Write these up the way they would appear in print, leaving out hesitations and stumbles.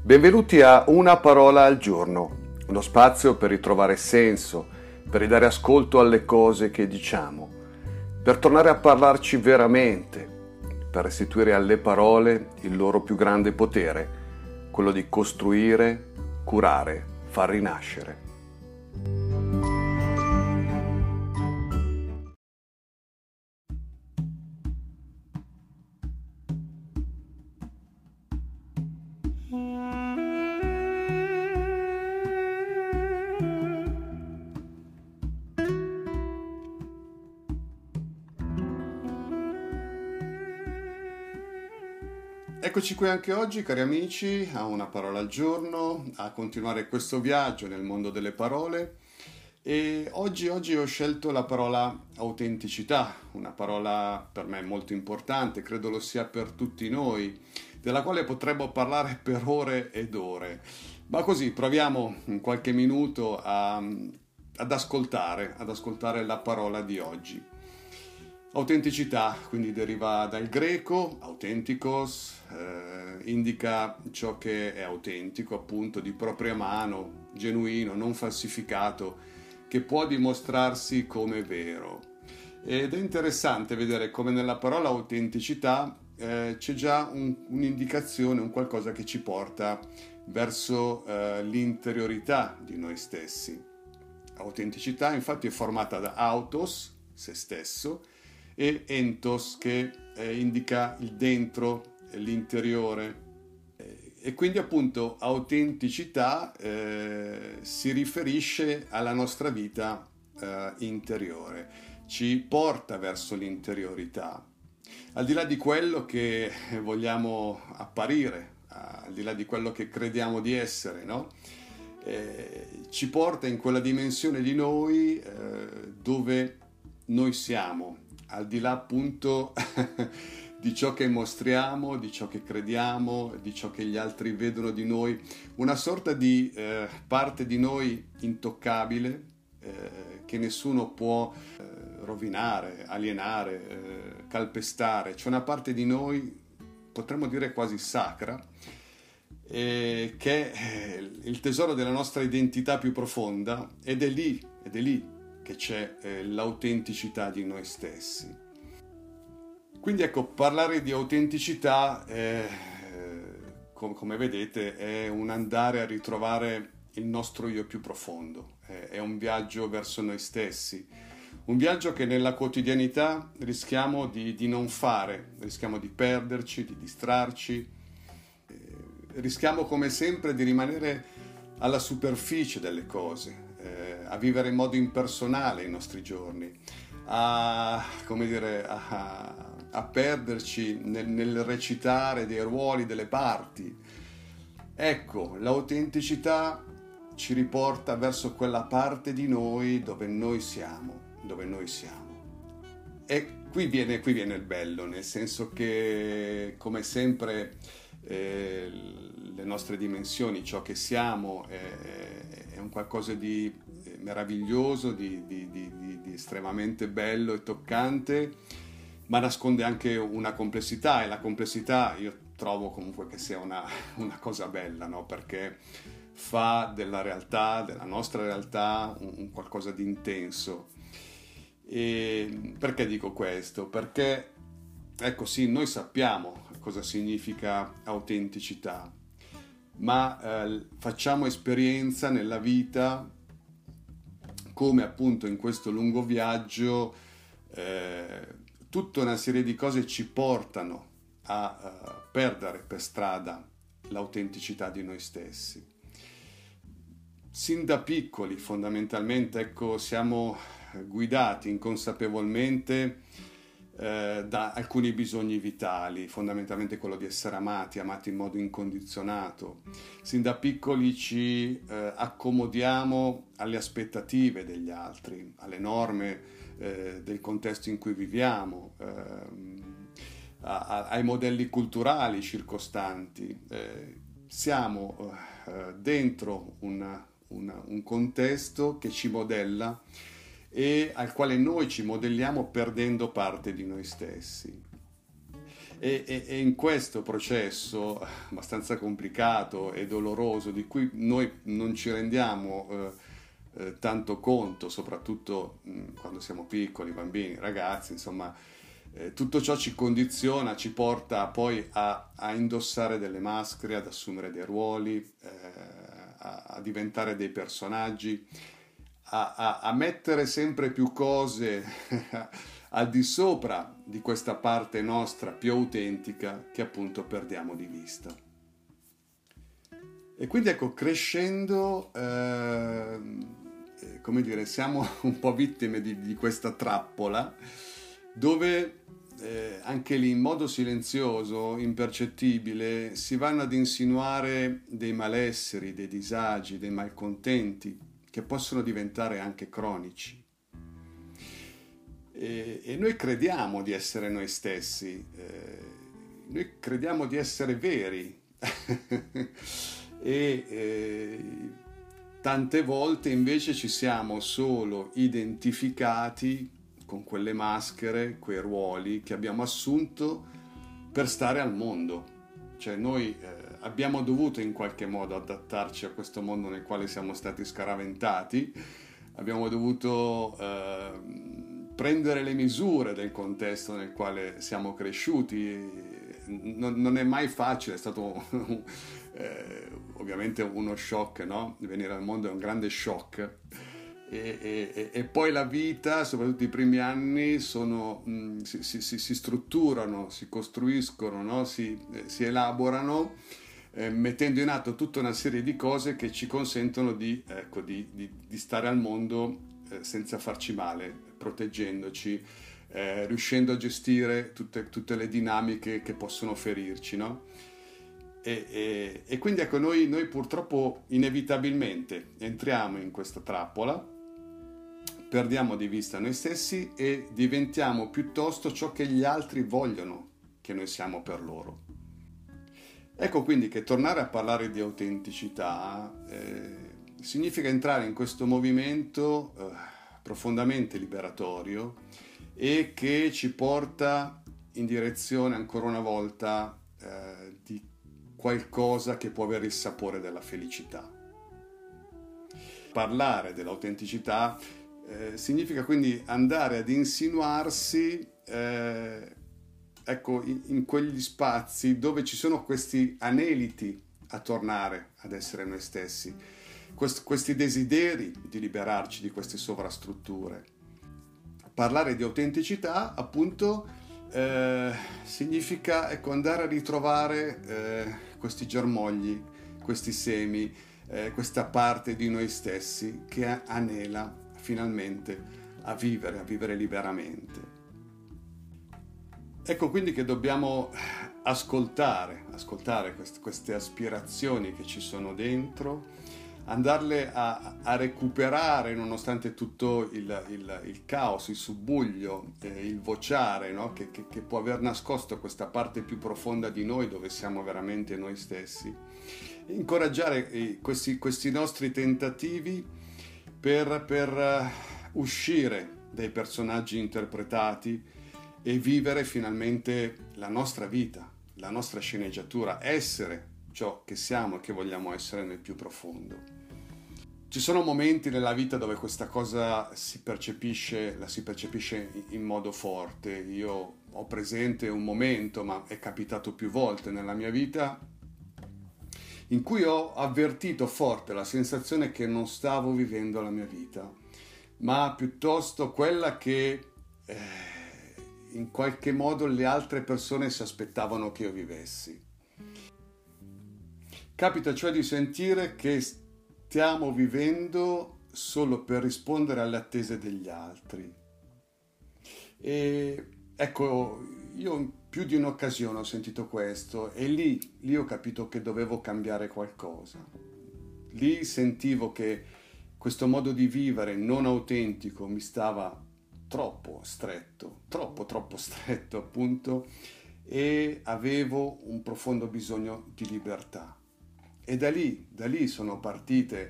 Benvenuti a Una parola al giorno, uno spazio per ritrovare senso, per ridare ascolto alle cose che diciamo, per tornare a parlarci veramente, per restituire alle parole il loro più grande potere, quello di costruire, curare, far rinascere. Eccoci qui anche oggi, cari amici, a Una parola al giorno, a continuare questo viaggio nel mondo delle parole. E oggi ho scelto la parola autenticità, una parola per me molto importante, credo lo sia per tutti noi, della quale potremmo parlare per ore ed ore. Ma così proviamo in qualche minuto ad ascoltare la parola di oggi. Autenticità, quindi deriva dal greco, authentikos, indica ciò che è autentico, appunto di propria mano, genuino, non falsificato, che può dimostrarsi come vero. Ed è interessante vedere come nella parola autenticità c'è già un'indicazione, un qualcosa che ci porta verso l'interiorità di noi stessi. Autenticità infatti è formata da autos, se stesso, e entos, che indica il dentro, l'interiore. E quindi appunto autenticità si riferisce alla nostra vita interiore, ci porta verso l'interiorità. Al di là di quello che vogliamo apparire, al di là di quello che crediamo di essere, no? Ci porta in quella dimensione di noi dove noi siamo, al di là appunto di ciò che mostriamo, di ciò che crediamo, di ciò che gli altri vedono di noi, una sorta di parte di noi intoccabile che nessuno può rovinare, alienare, calpestare. C'è una parte di noi, potremmo dire quasi sacra, che è il tesoro della nostra identità più profonda, ed è lì che c'è l'autenticità di noi stessi. Quindi ecco, parlare di autenticità, come vedete, è un andare a ritrovare il nostro io più profondo, è un viaggio verso noi stessi, un viaggio che nella quotidianità rischiamo di non fare, rischiamo di perderci, di distrarci, rischiamo come sempre di rimanere alla superficie delle cose, a vivere in modo impersonale i nostri giorni, a perderci nel recitare dei ruoli, delle parti. Ecco, l'autenticità ci riporta verso quella parte di noi dove noi siamo. E qui viene il bello, nel senso che, come sempre, le nostre dimensioni, ciò che siamo, è un qualcosa di meraviglioso, di estremamente bello e toccante, ma nasconde anche una complessità, e la complessità io trovo comunque che sia una cosa bella, no? Perché fa della realtà, della nostra realtà, un qualcosa di intenso. E perché dico questo? Perché, ecco sì, noi sappiamo cosa significa autenticità, ma facciamo esperienza nella vita come appunto in questo lungo viaggio tutta una serie di cose ci portano a perdere per strada l'autenticità di noi stessi. Sin da piccoli fondamentalmente, ecco, siamo guidati inconsapevolmente da alcuni bisogni vitali, fondamentalmente quello di essere amati in modo incondizionato. Sin da piccoli ci accomodiamo alle aspettative degli altri, alle norme del contesto in cui viviamo, ai modelli culturali circostanti. Siamo dentro un contesto che ci modella e al quale noi ci modelliamo perdendo parte di noi stessi. E in questo processo abbastanza complicato e doloroso, di cui noi non ci rendiamo tanto conto, soprattutto quando siamo piccoli, bambini, ragazzi, insomma, tutto ciò ci condiziona, ci porta poi a indossare delle maschere, ad assumere dei ruoli, a diventare dei personaggi, a mettere sempre più cose al di sopra di questa parte nostra più autentica che appunto perdiamo di vista. E quindi ecco, crescendo, come dire, siamo un po' vittime di questa trappola dove anche lì in modo silenzioso, impercettibile, si vanno ad insinuare dei malesseri, dei disagi, dei malcontenti che possono diventare anche cronici. E noi crediamo di essere noi stessi, noi crediamo di essere veri e tante volte invece ci siamo solo identificati con quelle maschere, quei ruoli che abbiamo assunto per stare al mondo. Cioè noi abbiamo dovuto in qualche modo adattarci a questo mondo nel quale siamo stati scaraventati, abbiamo dovuto prendere le misure del contesto nel quale siamo cresciuti. Non è mai facile, è stato ovviamente uno shock, no? Venire al mondo è un grande shock. E poi la vita, soprattutto i primi anni, si strutturano, si costruiscono, no? si elaborano, mettendo in atto tutta una serie di cose che ci consentono di stare al mondo senza farci male, proteggendoci, riuscendo a gestire tutte le dinamiche che possono ferirci, no? E quindi ecco, noi purtroppo inevitabilmente entriamo in questa trappola, perdiamo di vista noi stessi e diventiamo piuttosto ciò che gli altri vogliono che noi siamo per loro. Ecco quindi che tornare a parlare di autenticità significa entrare in questo movimento profondamente liberatorio e che ci porta in direzione ancora una volta di qualcosa che può avere il sapore della felicità. Parlare dell'autenticità significa quindi andare ad insinuarsi ecco, in quegli spazi dove ci sono questi aneliti a tornare ad essere noi stessi, questi desideri di liberarci di queste sovrastrutture. Parlare di autenticità, appunto, significa ecco, andare a ritrovare questi germogli, questi semi, questa parte di noi stessi che anela finalmente a vivere liberamente. Ecco quindi che dobbiamo ascoltare queste aspirazioni che ci sono dentro, andarle a recuperare nonostante tutto il caos, il subbuglio, il vociare, no? che può aver nascosto questa parte più profonda di noi dove siamo veramente noi stessi. Incoraggiare questi nostri tentativi per uscire dai personaggi interpretati e vivere finalmente la nostra vita, la nostra sceneggiatura, essere ciò che siamo e che vogliamo essere nel più profondo. Ci sono momenti nella vita dove questa cosa la si percepisce in modo forte. Io ho presente un momento, ma è capitato più volte nella mia vita, in cui ho avvertito forte la sensazione che non stavo vivendo la mia vita, ma piuttosto quella che in qualche modo le altre persone si aspettavano che io vivessi. Capita cioè di sentire che stiamo vivendo solo per rispondere alle attese degli altri. E ecco, io più di un'occasione ho sentito questo e lì ho capito che dovevo cambiare qualcosa. Lì sentivo che questo modo di vivere non autentico mi stava troppo stretto appunto, e avevo un profondo bisogno di libertà. E da lì sono partite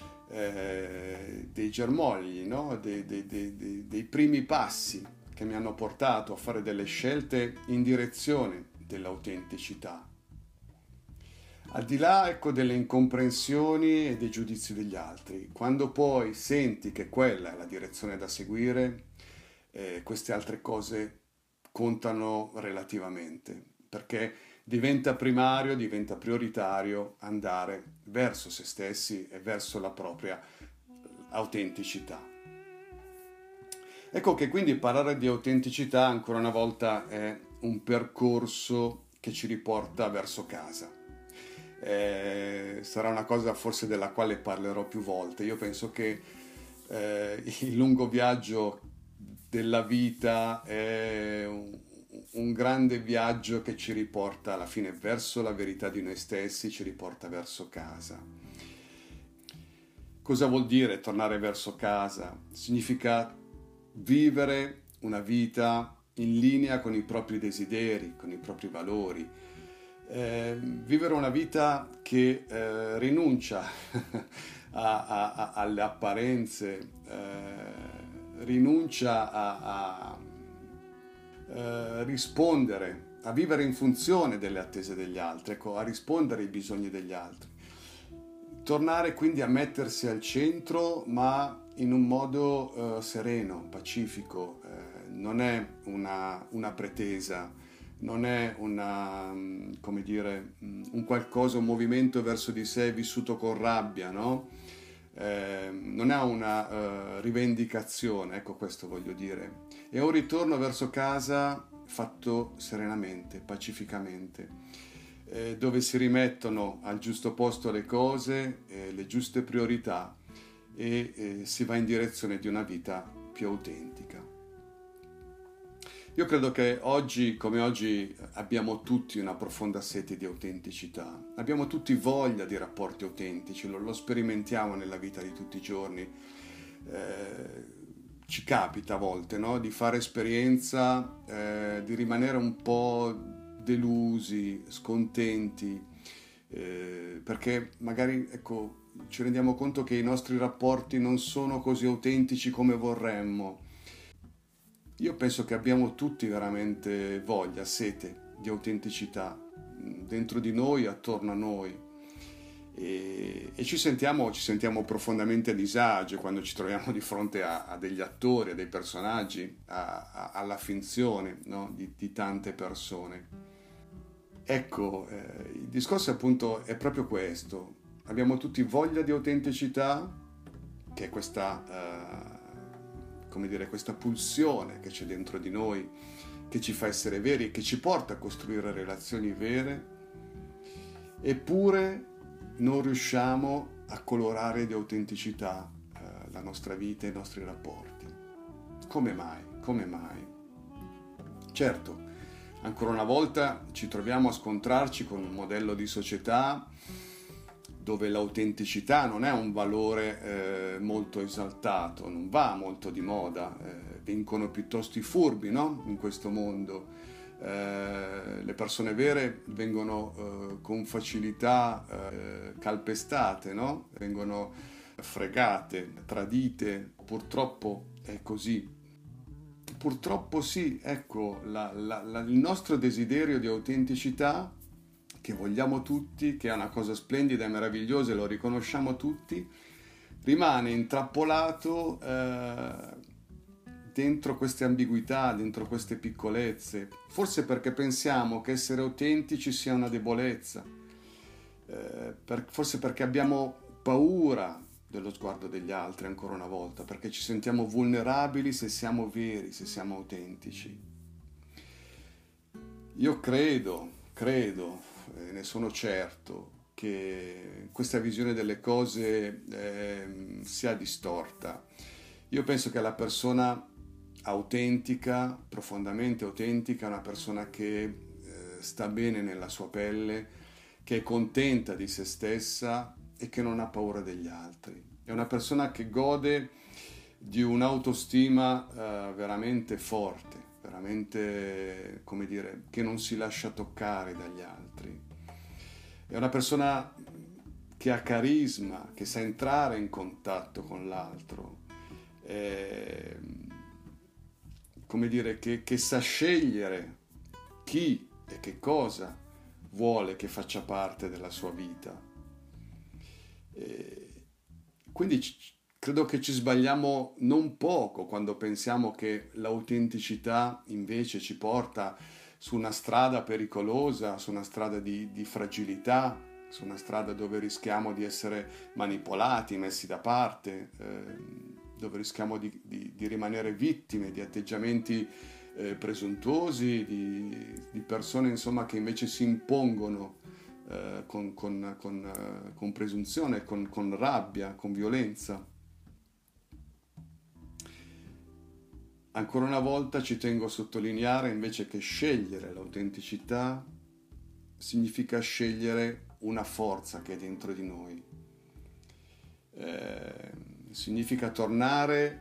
dei germogli, no? dei primi passi che mi hanno portato a fare delle scelte in direzione dell'autenticità. Al di là, ecco, delle incomprensioni e dei giudizi degli altri, quando poi senti che quella è la direzione da seguire, queste altre cose contano relativamente, perché diventa primario, diventa prioritario andare verso se stessi e verso la propria autenticità. Ecco che quindi parlare di autenticità ancora una volta è un percorso che ci riporta verso casa. Sarà una cosa forse della quale parlerò più volte. Io penso che il lungo viaggio della vita è un grande viaggio che ci riporta alla fine verso la verità di noi stessi, ci riporta verso casa. Cosa vuol dire tornare verso casa? Significa vivere una vita in linea con i propri desideri, con i propri valori, vivere una vita che rinuncia alle apparenze, rinuncia a rispondere, a vivere in funzione delle attese degli altri, ecco, a rispondere ai bisogni degli altri. Tornare quindi a mettersi al centro, ma in un modo sereno, pacifico, non è una pretesa, non è come dire, un qualcosa, un movimento verso di sé vissuto con rabbia, no? Non è una rivendicazione, ecco, questo voglio dire. È un ritorno verso casa fatto serenamente, pacificamente, dove si rimettono al giusto posto le cose, le giuste priorità e si va in direzione di una vita più autentica. Io credo che oggi, come oggi, abbiamo tutti una profonda sete di autenticità, abbiamo tutti voglia di rapporti autentici, lo sperimentiamo nella vita di tutti i giorni. Ci capita a volte, no? Di fare esperienza, di rimanere un po' delusi, scontenti, perché magari, ecco, ci rendiamo conto che i nostri rapporti non sono così autentici come vorremmo. Io penso che abbiamo tutti veramente voglia, sete di autenticità dentro di noi, attorno a noi, e ci sentiamo profondamente a disagio quando ci troviamo di fronte a degli attori, a dei personaggi, alla finzione, no? di tante persone. Ecco, il discorso appunto è proprio questo. Abbiamo tutti voglia di autenticità, che è questa come dire, questa pulsione che c'è dentro di noi, che ci fa essere veri, che ci porta a costruire relazioni vere, eppure non riusciamo a colorare di autenticità la nostra vita e i nostri rapporti. Come mai? Come mai? Certo, ancora una volta ci troviamo a scontrarci con un modello di società dove l'autenticità non è un valore molto esaltato, non va molto di moda, vincono piuttosto i furbi, no? In questo mondo. Le persone vere vengono con facilità calpestate, no? Vengono fregate, tradite, purtroppo è così. Purtroppo sì, ecco, il nostro desiderio di autenticità, che vogliamo tutti, che è una cosa splendida e meravigliosa e lo riconosciamo tutti, rimane intrappolato dentro queste ambiguità, dentro queste piccolezze, forse perché pensiamo che essere autentici sia una debolezza, forse perché abbiamo paura dello sguardo degli altri ancora una volta, perché ci sentiamo vulnerabili se siamo veri, se siamo autentici. Io credo, ne sono certo, che questa visione delle cose sia distorta. Io penso che la persona autentica, profondamente autentica, è una persona che sta bene nella sua pelle, che è contenta di se stessa e che non ha paura degli altri. È una persona che gode di un'autostima veramente forte, veramente, come dire, che non si lascia toccare dagli altri. È una persona che ha carisma, che sa entrare in contatto con l'altro, come dire, che sa scegliere chi e che cosa vuole che faccia parte della sua vita. Quindi credo che ci sbagliamo non poco quando pensiamo che l'autenticità invece ci porta su una strada pericolosa, su una strada di fragilità, su una strada dove rischiamo di essere manipolati, messi da parte, dove rischiamo di rimanere vittime di atteggiamenti presuntuosi, di persone insomma che invece si impongono con presunzione, con rabbia, con violenza. Ancora una volta ci tengo a sottolineare invece che scegliere l'autenticità significa scegliere una forza che è dentro di noi. Significa tornare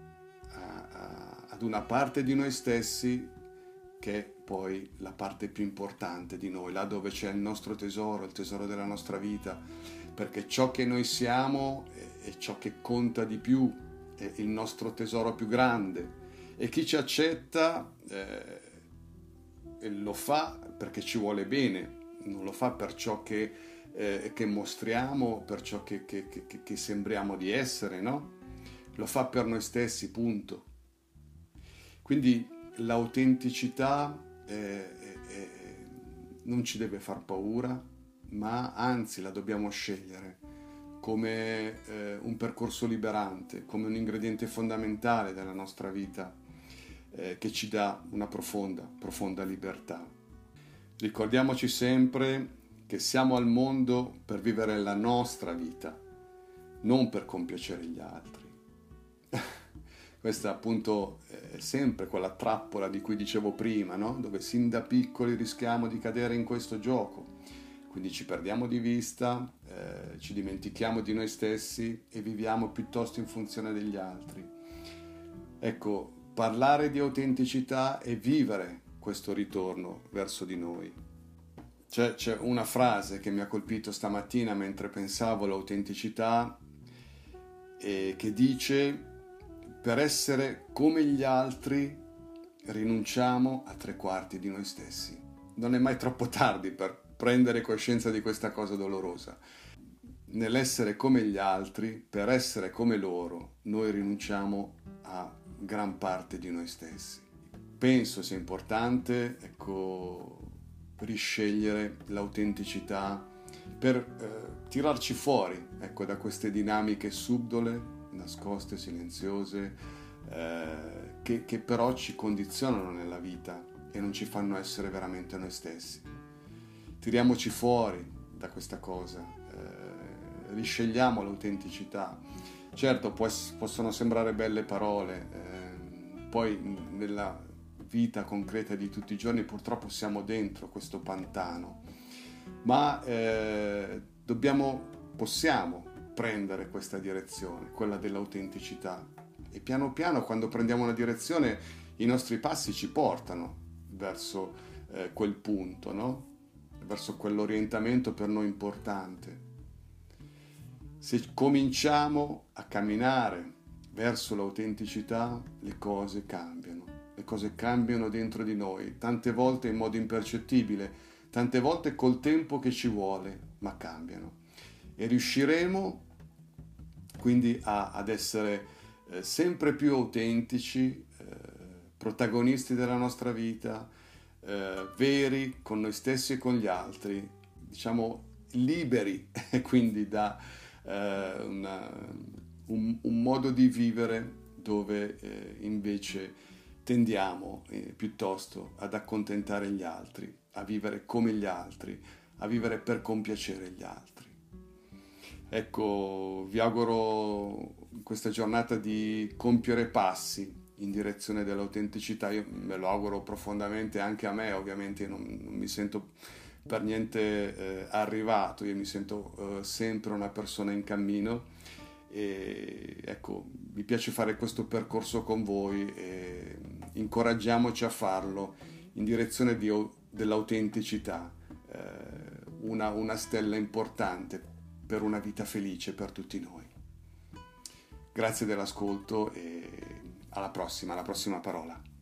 ad una parte di noi stessi che è poi la parte più importante di noi, là dove c'è il nostro tesoro, il tesoro della nostra vita, perché ciò che noi siamo è ciò che conta di più, è il nostro tesoro più grande. E chi ci accetta lo fa perché ci vuole bene, non lo fa per ciò che mostriamo, per ciò che sembriamo di essere, no? Lo fa per noi stessi, punto. Quindi l'autenticità non ci deve far paura, ma anzi la dobbiamo scegliere come un percorso liberante, come un ingrediente fondamentale della nostra vita, che ci dà una profonda libertà. Ricordiamoci sempre che siamo al mondo per vivere la nostra vita, non per compiacere gli altri. Questa appunto è sempre quella trappola di cui dicevo prima, no? Dove sin da piccoli rischiamo di cadere in questo gioco. Quindi ci perdiamo di vista, ci dimentichiamo di noi stessi e viviamo piuttosto in funzione degli altri. Ecco, parlare di autenticità e vivere questo ritorno verso di noi. C'è una frase che mi ha colpito stamattina mentre pensavo all'autenticità e che dice: per essere come gli altri rinunciamo a 3/4 di noi stessi. Non è mai troppo tardi per prendere coscienza di questa cosa dolorosa. Nell'essere come gli altri, per essere come loro, noi rinunciamo a gran parte di noi stessi. Penso sia importante, ecco, riscegliere l'autenticità per tirarci fuori, ecco, da queste dinamiche subdole, nascoste, silenziose, che però ci condizionano nella vita e non ci fanno essere veramente noi stessi. Tiriamoci fuori da questa cosa, riscegliamo l'autenticità. Certo, possono sembrare belle parole, poi nella vita concreta di tutti i giorni purtroppo siamo dentro questo pantano, ma possiamo prendere questa direzione, quella dell'autenticità, e piano piano, quando prendiamo una direzione, i nostri passi ci portano verso quel punto, no? Verso quell'orientamento per noi importante. Se cominciamo a camminare verso l'autenticità, le cose cambiano dentro di noi, tante volte in modo impercettibile, tante volte col tempo che ci vuole, ma cambiano. E riusciremo quindi ad essere sempre più autentici, protagonisti della nostra vita, veri con noi stessi e con gli altri, diciamo liberi quindi da un modo di vivere dove invece tendiamo piuttosto ad accontentare gli altri, a vivere come gli altri, a vivere per compiacere gli altri. Ecco, vi auguro in questa giornata di compiere passi in direzione dell'autenticità. Io me lo auguro profondamente anche a me, ovviamente io non mi sento per niente arrivato, io mi sento sempre una persona in cammino e ecco, mi piace fare questo percorso con voi e incoraggiamoci a farlo in direzione dell'autenticità, una stella importante per una vita felice per tutti noi. Grazie dell'ascolto e alla prossima parola.